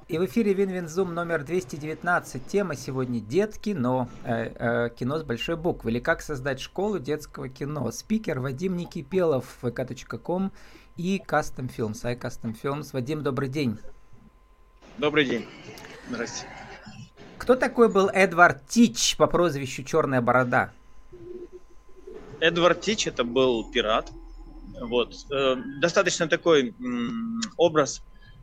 И в эфире Винвинзум номер 219. Тема сегодня «Дет-кино». Кино с большой буквы. Или «Как создать школу детского кино». Спикер Вадим Никипелов, vk.com и Custom Films, iCustom Films. Вадим, добрый день. Добрый день. Здравствуйте. Кто такой был Эдвард Тич по прозвищу «Черная борода»? Эдвард Тич — это был пират. Вот. Достаточно такой образ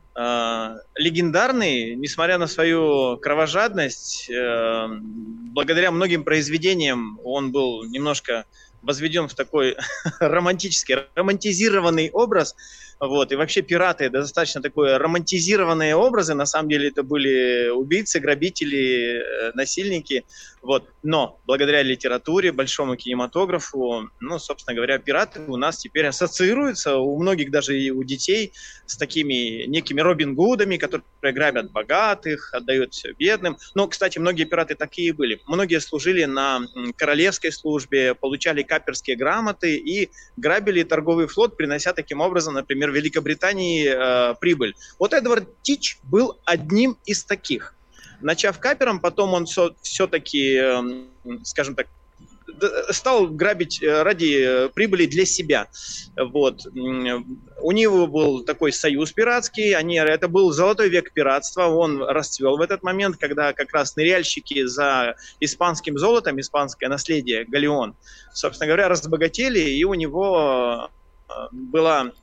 легендарный, несмотря на свою кровожадность. Благодаря многим произведениям он был немножко возведен в такой романтизированный образ. Вот. И вообще пираты — это достаточно такое романтизированные образы. На самом деле это были убийцы, грабители, насильники. Вот. Но благодаря литературе, большому кинематографу, собственно говоря, пираты у нас теперь ассоциируются, у многих даже и у детей, с такими некими Робин Гудами, которые грабят богатых, отдают все бедным. Но, кстати, многие пираты такие были. Многие служили на королевской службе, получали каперские грамоты и грабили торговый флот, принося таким образом, например, Великобритании прибыль. Вот Эдвард Тич был одним из таких. Начав капером, потом он все-таки, скажем так, стал грабить ради прибыли для себя. Вот. У него был такой союз пиратский, это был золотой век пиратства, он расцвел в этот момент, когда как раз ныряльщики за испанским золотом, испанское наследие, галеон, собственно говоря, разбогатели, и у него была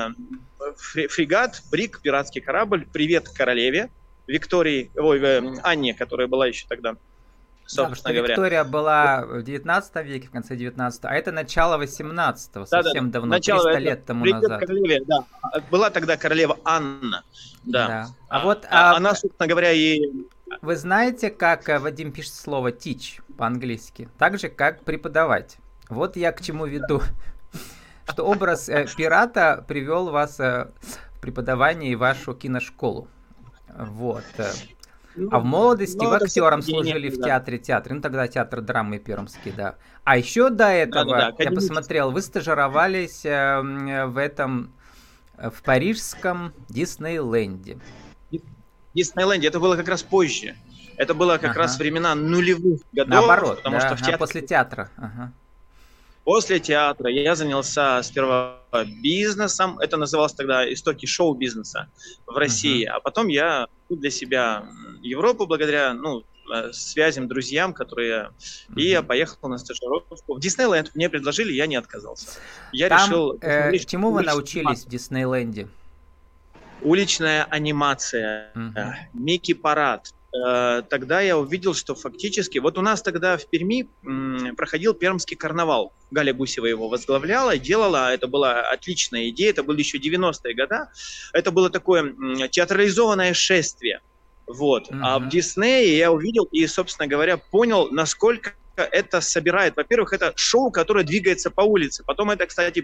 фрегат, бриг, пиратский корабль «Привет королеве» Виктории, Анне, которая была еще тогда, собственно говоря. Виктория была в 19 веке, в конце 19-го, а это начало 18-го, совсем давно, 300 лет тому назад. Королеве, да. Была тогда королева Анна. Да. Она, собственно говоря, и... Вы знаете, как Вадим пишет слово «teach» по-английски? Так же, как «преподавать». Вот я к чему веду. Что образ пирата привел вас в преподавание и вашу киношколу. Вот. А в молодости вы актером служили в театре. Тогда театр драмы Пермский, да. А еще до этого, я посмотрел, вы стажировались в парижском Диснейленде. Диснейленде, это было как раз позже. Это было как раз времена нулевых годов. Наоборот, потому что в театре... после театра. После театра я занялся сперва бизнесом, это называлось тогда истоки шоу-бизнеса в России, а потом я для себя Европу благодаря связям, друзьям, которые... И я поехал на стажировку. В Диснейленд мне предложили, я не отказался. Я решил... Чему вы научились в Диснейленде? Уличная анимация, Микки-парад. Тогда я увидел, что фактически... Вот у нас тогда в Перми проходил Пермский карнавал. Галя Гусева его возглавляла, делала. Это была отличная идея. Это были еще 90-е годы. Это было такое театрализованное шествие. Вот. А в Диснее я увидел и, собственно говоря, понял, насколько это собирает. Во-первых, это шоу, которое двигается по улице. Потом это, кстати,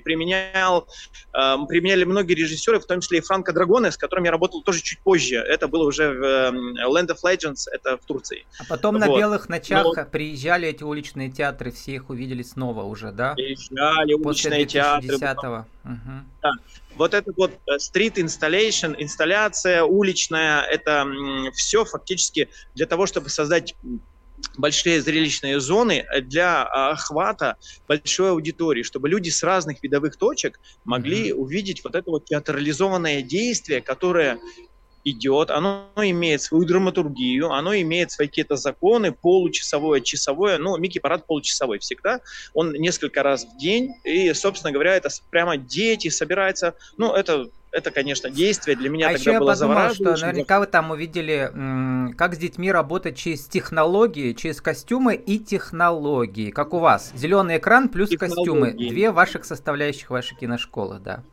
применяли многие режиссеры, в том числе и Франко Драгоне, с которым я работал тоже чуть позже. Это было уже в Land of Legends, это в Турции. А потом на белых ночах приезжали эти уличные театры, все их увидели снова уже, да? Приезжали уличные театры. Да. Вот этот вот street installation, инсталляция уличная, это все фактически для того, чтобы создать большие зрелищные зоны для охвата большой аудитории, чтобы люди с разных видовых точек могли увидеть вот это вот театрализованное действие, которое идет, оно имеет свою драматургию, оно имеет свои какие-то законы, получасовое, часовое, Микки-парад получасовой всегда, он несколько раз в день, и, собственно говоря, это прямо дети собираются, это, конечно, действие для меня тогда было завораживающим. Что наверняка вы там увидели, как с детьми работать через технологии, через костюмы и технологии, как у вас. Зеленый экран плюс костюмы. Две ваших составляющих вашей киношколы, да.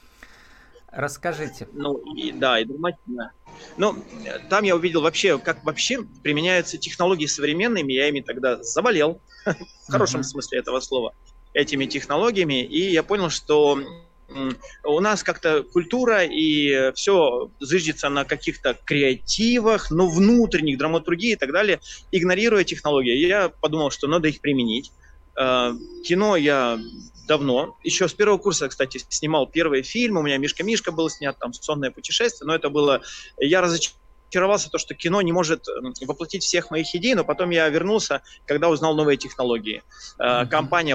Расскажите. И драматично. Там я увидел как вообще применяются технологии современными. Я ими тогда заболел, в хорошем смысле этого слова, этими технологиями. И я понял, что у нас как-то культура и все зыждется на каких-то креативах, внутренних, драматургии и так далее, игнорируя технологии. Я подумал, что надо их применить. Кино я давно, еще с первого курса, кстати, снимал первые фильмы, у меня «Мишка-Мишка» был снят, там «Сонное путешествие», но это было... Я разочаровался, то, что кино не может воплотить всех моих идей, но потом я вернулся, когда узнал новые технологии. Компания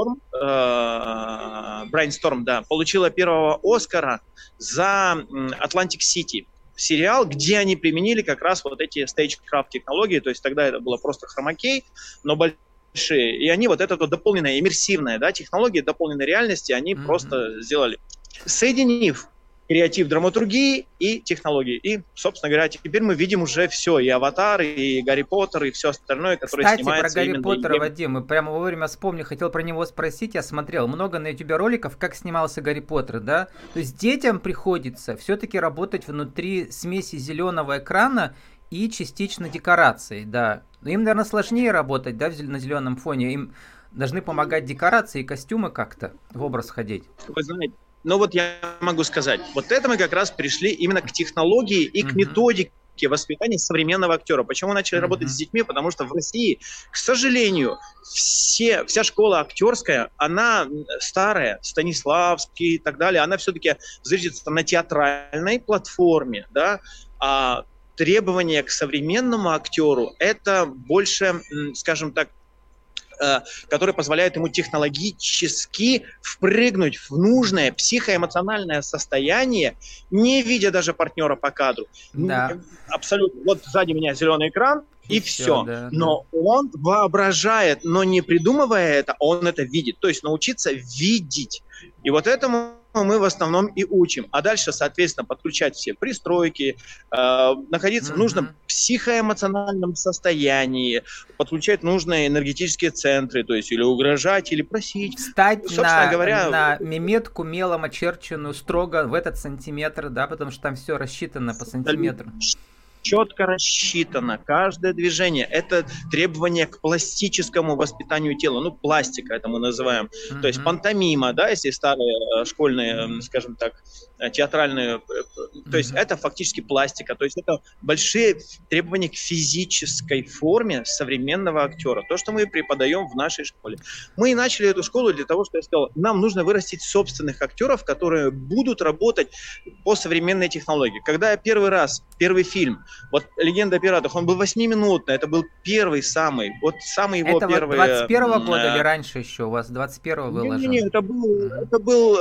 Brainstorm, да, получила первого Оскара за Atlantic City. Сериал, где они применили как раз вот эти stagecraft технологии, то есть тогда это было просто хромакей, но большие, и они вот это вот дополненное, иммерсивное, да, технологии дополненной реальности, они просто сделали, соединив креатив драматургии и технологии. И, собственно говоря, теперь мы видим уже все, и «Аватар», и «Гарри Поттер», и все остальное, которое снимается. Кстати, про Гарри Поттера, Вадим, мы прямо вовремя вспомнил, хотел про него спросить, я смотрел много на ютубе роликов, как снимался Гарри Поттер, да? То есть детям приходится все-таки работать внутри смеси зеленого экрана и частично декораций, да. Но им, наверное, сложнее работать, да, на зеленом фоне, им должны помогать декорации и костюмы как-то в образ входить. Вы знаете, но вот я могу сказать, вот это мы как раз пришли именно к технологии и к методике воспитания современного актера. Почему начали работать с детьми? Потому что в России, к сожалению, вся школа актерская, она старая, Станиславский и так далее, она все-таки зиждется на театральной платформе, да, а требования к современному актеру это больше, скажем так, который позволяет ему технологически впрыгнуть в нужное психоэмоциональное состояние, не видя даже партнера по кадру. Да. Абсолютно. Вот сзади меня зеленый экран, и все. Да, но он воображает, но не придумывая это, он это видит. То есть научиться видеть. И вот этому мы в основном и учим. А дальше, соответственно, подключать все пристройки, находиться в нужном психоэмоциональном состоянии, подключать нужные энергетические центры, то есть или угрожать, или просить. Встать на меметку мелом очерченную строго в этот сантиметр, да, потому что там все рассчитано по сантиметру. Четко рассчитано каждое движение. Это требование к пластическому воспитанию тела. Ну, пластика это мы называем. То есть пантомима, да, если старые школьные, скажем так, театральные. То есть это фактически пластика. То есть это большие требования к физической форме современного актера. То, что мы преподаем в нашей школе. Мы и начали эту школу для того, что я сказал, нам нужно вырастить собственных актеров, которые будут работать по современной технологии. Когда я первый фильм, вот «Легенда о пиратах», он был 8-минутный, это был первый самый его это первый... Это 21-го года или раньше еще? У вас 21-го выложен? Нет, это был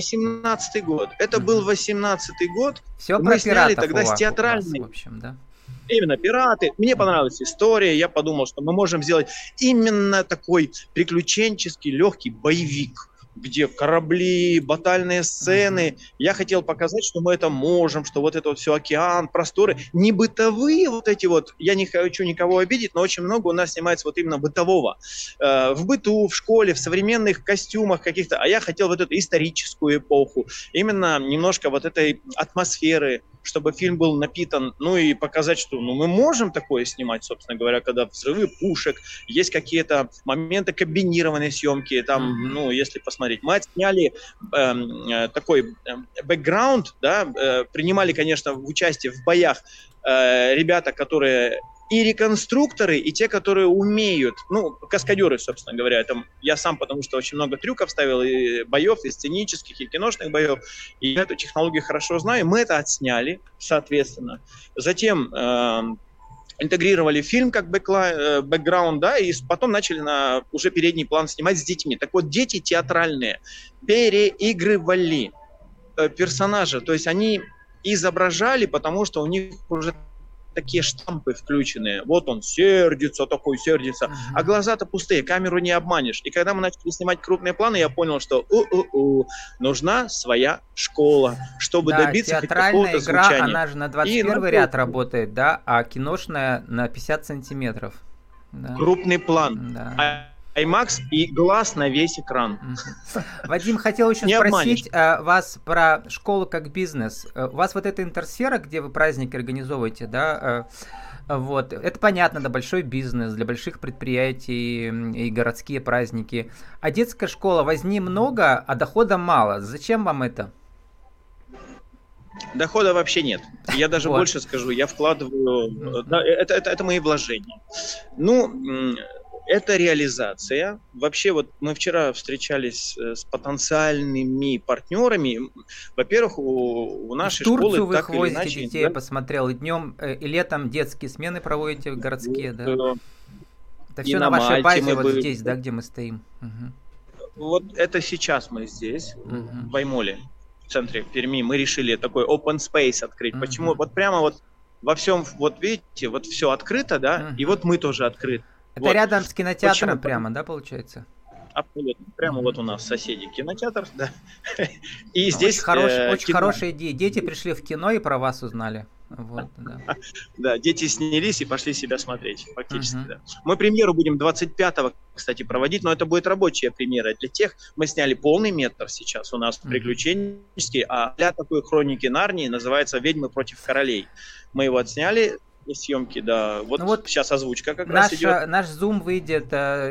18-й год. Это был 18-й год. Все мы про сняли пиратов тогда с театральной... в общем, да? Именно пираты. Мне понравилась история. Я подумал, что мы можем сделать именно такой приключенческий, легкий боевик, где корабли, батальные сцены. Я хотел показать, что мы это можем, что вот это вот все океан, просторы. Не бытовые вот эти вот, я не хочу никого обидеть, но очень много у нас снимается вот именно бытового. В быту, в школе, в современных костюмах каких-то. А я хотел вот эту историческую эпоху. Именно немножко вот этой атмосферы, чтобы фильм был напитан, ну и показать, что мы можем такое снимать, собственно говоря, когда взрывы пушек, есть какие-то моменты комбинированной съемки, там, ну, если посмотреть. Мы отсняли такой бэкграунд, да, принимали, конечно, в участие в боях ребята, которые и реконструкторы, и те, которые умеют, ну, каскадеры, собственно говоря, это я сам, потому что очень много трюков ставил, и боев, и сценических, и киношных боев, и я эту технологию хорошо знаю, мы это отсняли, соответственно. Затем интегрировали фильм как бэкграунд, да, и потом начали на уже передний план снимать с детьми. Так вот, дети театральные переигрывали персонажа, то есть они изображали, потому что у них уже такие штампы включенные. Вот он сердится, а глаза-то пустые, камеру не обманешь. И когда мы начали снимать крупные планы, я понял, что нужна своя школа, чтобы добиться хоть какого-то звучания. Театральная игра, она же на 21 ряд работает, да, а киношная на 50 сантиметров. Да. Крупный план. Да. IMAX и глаз на весь экран. Вадим, хотел еще спросить вас про школу как бизнес. У вас вот эта интерсфера, где вы праздники организовываете, да, вот, это понятно, да, большой бизнес для больших предприятий и городские праздники. А детская школа, возни много, а дохода мало. Зачем вам это? Дохода вообще нет. Я даже больше скажу, я вкладываю... Да, это мои вложения. Ну... это реализация. Вообще, вот мы вчера встречались с потенциальными партнерами. Во-первых, у нашей В Турцию школы вы их так или возите иначе... детей, я посмотрел, и днем, и летом детские смены проводите городские, да? Это И все на на вашей Мальте базе мы вот были. здесь, да, где мы стоим? Вот это сейчас мы здесь, в Баймоле, в центре Перми. Мы решили такой open space открыть. Почему? Вот прямо вот во всем, вот видите, вот все открыто, да, и вот мы тоже открыты. Это вот. Рядом с кинотеатром прямо, да, получается? Абсолютно. Прямо вот у нас соседи кинотеатр, да. И здесь очень хорошая идея. Дети пришли в кино и про вас узнали. Вот, да. Да, дети снялись и пошли себя смотреть, фактически, да. Мы премьеру будем 25-го, кстати, проводить, но это будет рабочая премьера для тех. Мы сняли полный метр сейчас у нас приключенческий, а для такой хроники Нарнии называется «Ведьмы против королей». Мы его отсняли. Съемки, да. Вот, ну вот сейчас озвучка как раз идет. Наш Zoom выйдет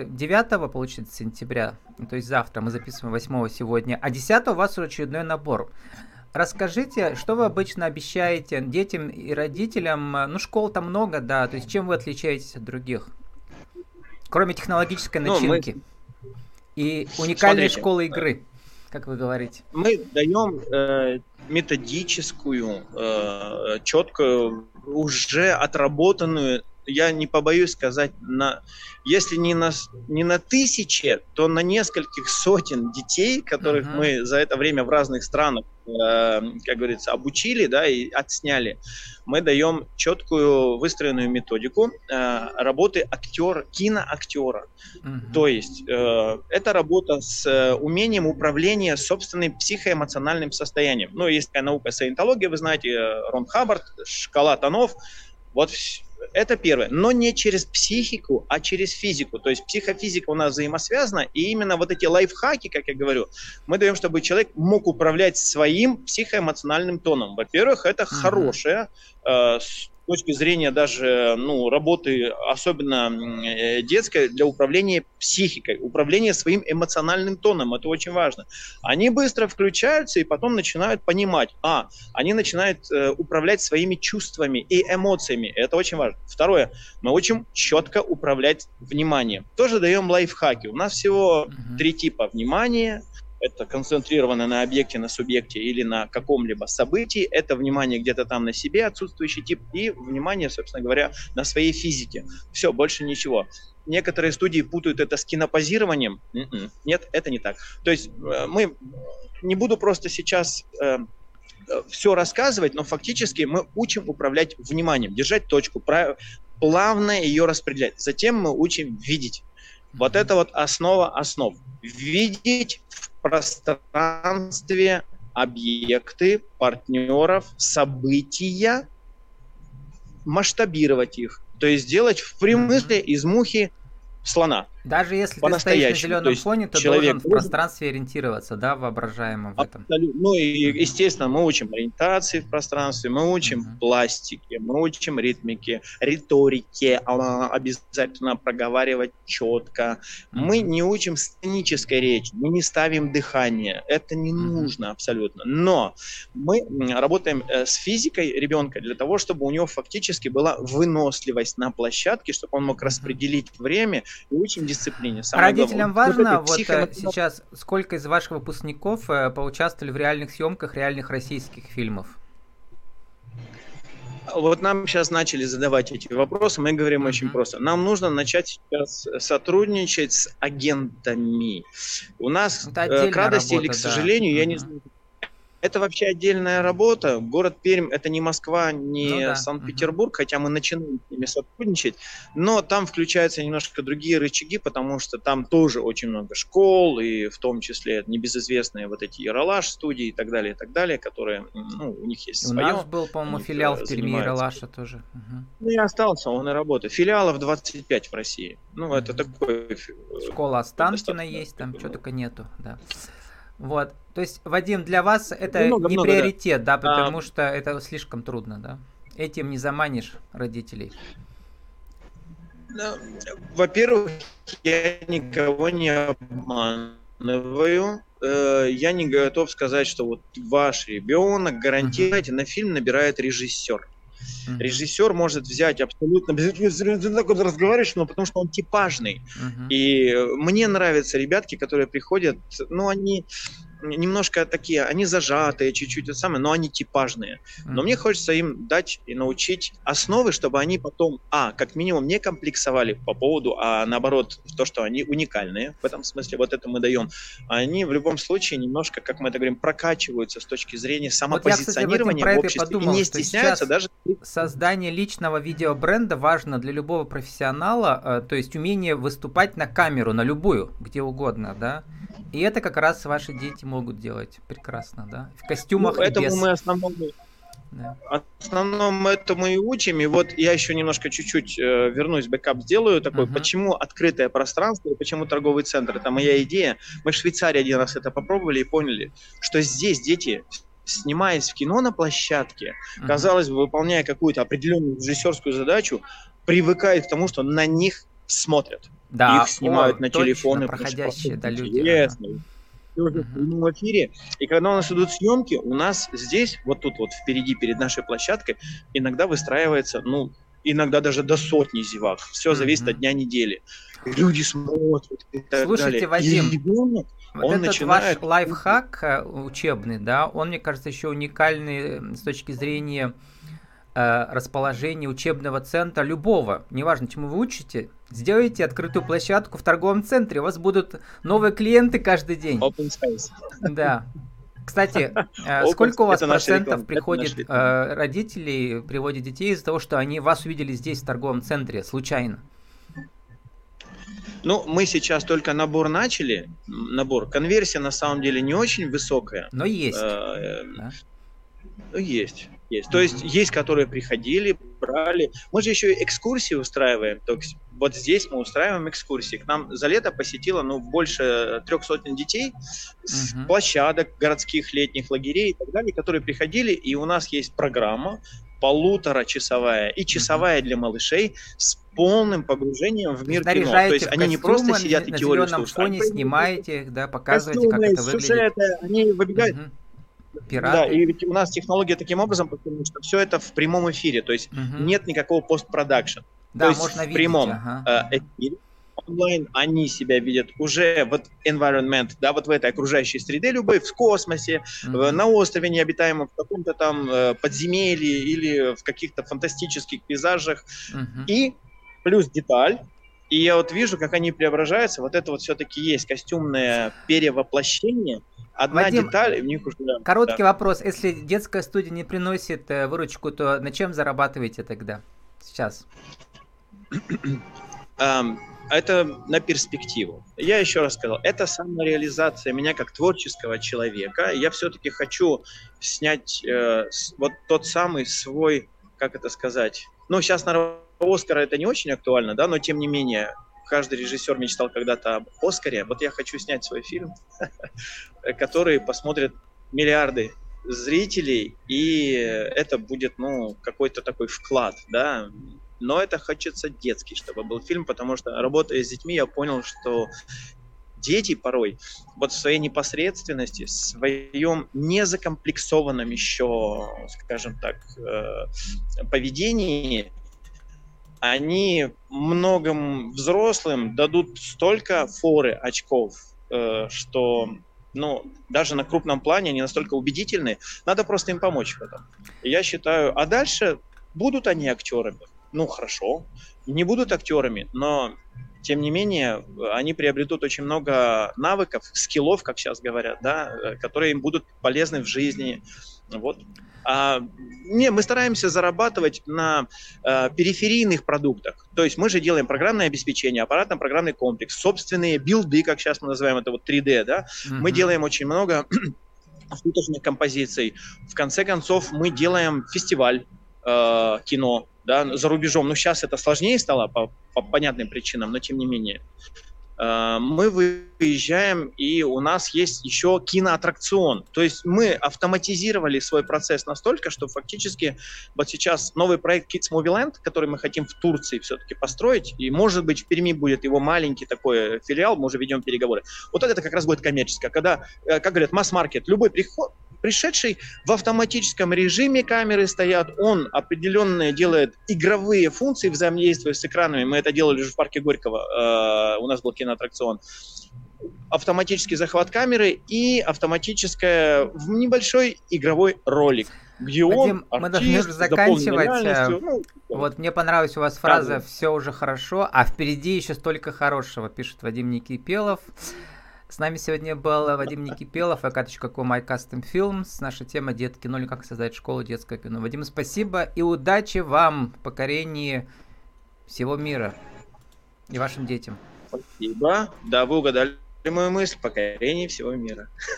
9 получается, сентября, то есть завтра, мы записываем 8 сегодня, а 10 у вас очередной набор. Расскажите, что вы обычно обещаете детям и родителям? Ну, школ там много, да, то есть чем вы отличаетесь от других? Кроме технологической начинки и уникальной школы игры, как вы говорите. Мы даем методическую, четкую, уже отработанную, я не побоюсь сказать, если не на тысячи, то на нескольких сотен детей, которых мы за это время в разных странах, как говорится, обучили, да, и отсняли. Мы даем четкую выстроенную методику работы киноактера. То есть это работа с умением управления собственным психоэмоциональным состоянием. Ну, есть такая наука саентология, вы знаете, Рон Хаббард, шкала тонов. Вот это первое. Но не через психику, а через физику. То есть психофизика у нас взаимосвязана, и именно вот эти лайфхаки, как я говорю, мы даем, чтобы человек мог управлять своим психоэмоциональным тоном. Во-первых, это хорошее, с точки зрения даже работы, особенно детской, для управления психикой, управления своим эмоциональным тоном. Это очень важно. Они быстро включаются и потом начинают понимать. Они начинают управлять своими чувствами и эмоциями. Это очень важно. Второе. Мы учим четко управлять вниманием. Тоже даем лайфхаки. У нас всего 3 типа внимания. Это концентрировано на объекте, на субъекте или на каком-либо событии. Это внимание где-то там на себе, отсутствующий тип, и внимание, собственно говоря, на своей физике. Все, больше ничего. Некоторые студии путают это с кинопозированием. Нет, это не так. То есть мы не буду просто сейчас все рассказывать, но фактически мы учим управлять вниманием, держать точку, плавно ее распределять. Затем мы учим видеть. Вот это вот основа основ. Видеть в пространстве объекты, партнеров, события, масштабировать их. То есть делать в прямом смысле из мухи слона. Даже если ты стоишь на зеленом фоне, ты должен в пространстве ориентироваться, да, воображаемом в этом. Ну и, естественно, мы учим ориентации в пространстве, мы учим пластике, мы учим ритмике, риторике, обязательно проговаривать четко. Мы не учим сценической речи, мы не ставим дыхание, это не нужно абсолютно. Но мы работаем с физикой ребенка для того, чтобы у него фактически была выносливость на площадке, чтобы он мог распределить время и учим дисциплине. Родителям важно, вот сейчас, сколько из ваших выпускников поучаствовали в реальных съемках реальных российских фильмов? Вот нам сейчас начали задавать эти вопросы, мы говорим очень просто. Нам нужно начать сейчас сотрудничать с агентами. У нас, к радости или к сожалению, я не знаю, это вообще отдельная работа. Город Пермь — это не Москва, не Санкт-Петербург, хотя мы начинаем с ними сотрудничать, но там включаются немножко другие рычаги, потому что там тоже очень много школ, и в том числе небезызвестные вот эти Ералаш-студии и так далее, которые, у них есть свое. У нас был, по-моему, филиал в Перми Ералаша тоже. Ну и остался, он и работает. Филиалов 25 в России. Ну, это такой... Школа Останкина есть, там что только нету, да. Вот, то есть, Вадим, для вас это не приоритет, да, потому что это слишком трудно, да? Этим не заманишь родителей. Во-первых, я никого не обманываю. Я не готов сказать, что вот ваш ребенок гарантированно на фильм набирает режиссер. Режиссер может взять абсолютно разговариваешь, но потому что он типажный. И мне нравятся ребятки, которые приходят, ну, они немножко такие, они зажатые чуть-чуть, но они типажные. Но мне хочется им дать и научить основы, чтобы они потом, как минимум, не комплексовали по поводу, а наоборот, то, что они уникальные. В этом смысле вот это мы даем. Они в любом случае немножко, как мы это говорим, прокачиваются с точки зрения самопозиционирования в обществе. Подумал, и не стесняются даже... Создание личного видеобренда важно для любого профессионала, то есть умение выступать на камеру, на любую, где угодно, да? И это как раз ваши дети могут делать прекрасно, да? В костюмах и без. Мы основном этому и учим. И вот я еще немножко чуть-чуть вернусь, бэкап сделаю такой. Почему открытое пространство и почему торговый центр? Это моя идея. Мы в Швейцарии один раз это попробовали и поняли, что здесь дети, снимаясь в кино на площадке, казалось бы, выполняя какую-то определенную режиссерскую задачу, привыкают к тому, что на них смотрят. Да, их снимают на телефоны. Проходящие, да, люди. Интересно. В эфире. И когда у нас идут съемки, у нас здесь, вот тут вот впереди, перед нашей площадкой, иногда выстраивается, ну, иногда даже до 100 зевак. Все зависит от дня недели. Люди смотрят и так Слушайте, далее. Вадим, ребенок, вот он этот начинает... ваш лайфхак учебный, да, он, мне кажется, еще уникальный с точки зрения расположения учебного центра любого, неважно, чему вы учите, сделайте открытую площадку в торговом центре, у вас будут новые клиенты каждый день. Open space. Да. Кстати, сколько у вас процентов приходит родителей, приводит детей из-за того, что они вас увидели здесь, в торговом центре, случайно? Ну, мы сейчас только набор начали. Конверсия на самом деле не очень высокая. Но есть. Да? Есть. То есть есть, которые приходили, брали. Мы же еще и экскурсии устраиваем. То есть вот здесь мы устраиваем экскурсии. К нам за лето посетило больше 300 детей с площадок, городских летних лагерей и так далее, которые приходили, и у нас есть программа 1,5-часовая и часовая для малышей с полным погружением в мир кино. То есть они не просто сидят и теорию слушают. На фоне снимаете их, да, показываете, как это выглядит. Сюжеты, они выбегают. Пираты. Да, и ведь у нас технология таким образом, потому что все это в прямом эфире, то есть нет никакого постпродакшн. Да, то есть можно в видеть, прямом эфире онлайн они себя видят уже вот environment, да, вот в этой окружающей среде любой, в космосе, на острове необитаемом, в каком-то там подземелье или в каких-то фантастических пейзажах. И плюс деталь. И я вот вижу, как они преображаются. Вот это вот все-таки есть костюмное перевоплощение. Одна Вадим, деталь, в них уже... Короткий вопрос. Если детская студия не приносит выручку, то на чем зарабатываете тогда сейчас? Это на перспективу. Я еще раз сказал, это самореализация меня как творческого человека. Я все-таки хочу снять вот тот самый свой, как это сказать... Ну, сейчас на Оскара это не очень актуально, да, но тем не менее... Каждый режиссер мечтал когда-то об Оскаре. Вот я хочу снять свой фильм, который посмотрят миллиарды зрителей, и это будет, ну, какой-то такой вклад, да. Но это хочется детский, чтобы был фильм, потому что, работая с детьми, я понял, что дети порой вот в своей непосредственности, в своем незакомплексованном еще, скажем так, поведении, они многим взрослым дадут столько форы, очков, что, ну, даже на крупном плане они настолько убедительны, надо просто им помочь в этом. Я считаю, а дальше будут они актерами? Ну, хорошо. Не будут актерами, но, тем не менее, они приобретут очень много навыков, скиллов, как сейчас говорят, да, которые им будут полезны в жизни. Вот. Мы стараемся зарабатывать на периферийных продуктах. То есть мы же делаем программное обеспечение, аппаратно-программный комплекс, собственные билды, как сейчас мы называем это вот 3D, да. Мы делаем очень много футажных композиций. В конце концов, мы делаем фестиваль кино, да, за рубежом. Ну, сейчас это сложнее стало по понятным причинам, но тем не менее. Мы выезжаем, и у нас есть еще киноаттракцион. То есть мы автоматизировали свой процесс настолько, что фактически вот сейчас новый проект Kids Movie Land, который мы хотим в Турции все-таки построить, и, может быть, в Перми будет его маленький такой филиал, мы уже ведем переговоры. Вот это как раз будет коммерческое, когда, как говорят, масс-маркет, любой пришедший в автоматическом режиме камеры стоят, он определенные делает игровые функции взаимодействия с экранами. Мы это делали уже в парке Горького, у нас был киноаттракцион. Автоматический захват камеры и автоматическая небольшой игровой ролик, где Вадим, он мы должны артист, уже с дополненной заканчивать. реальностью. Вот мне понравилась у вас фраза да. «все уже хорошо», а впереди еще столько хорошего, пишет Вадим Никипелов. С нами сегодня был Вадим Никипелов, vk.com iCustomFilms. Наша тема «Детки, ну или как создать школу детское кино». Вадим, спасибо и удачи вам в покорении всего мира и вашим детям. Спасибо. Да, вы угадали мою мысль, покорение всего мира.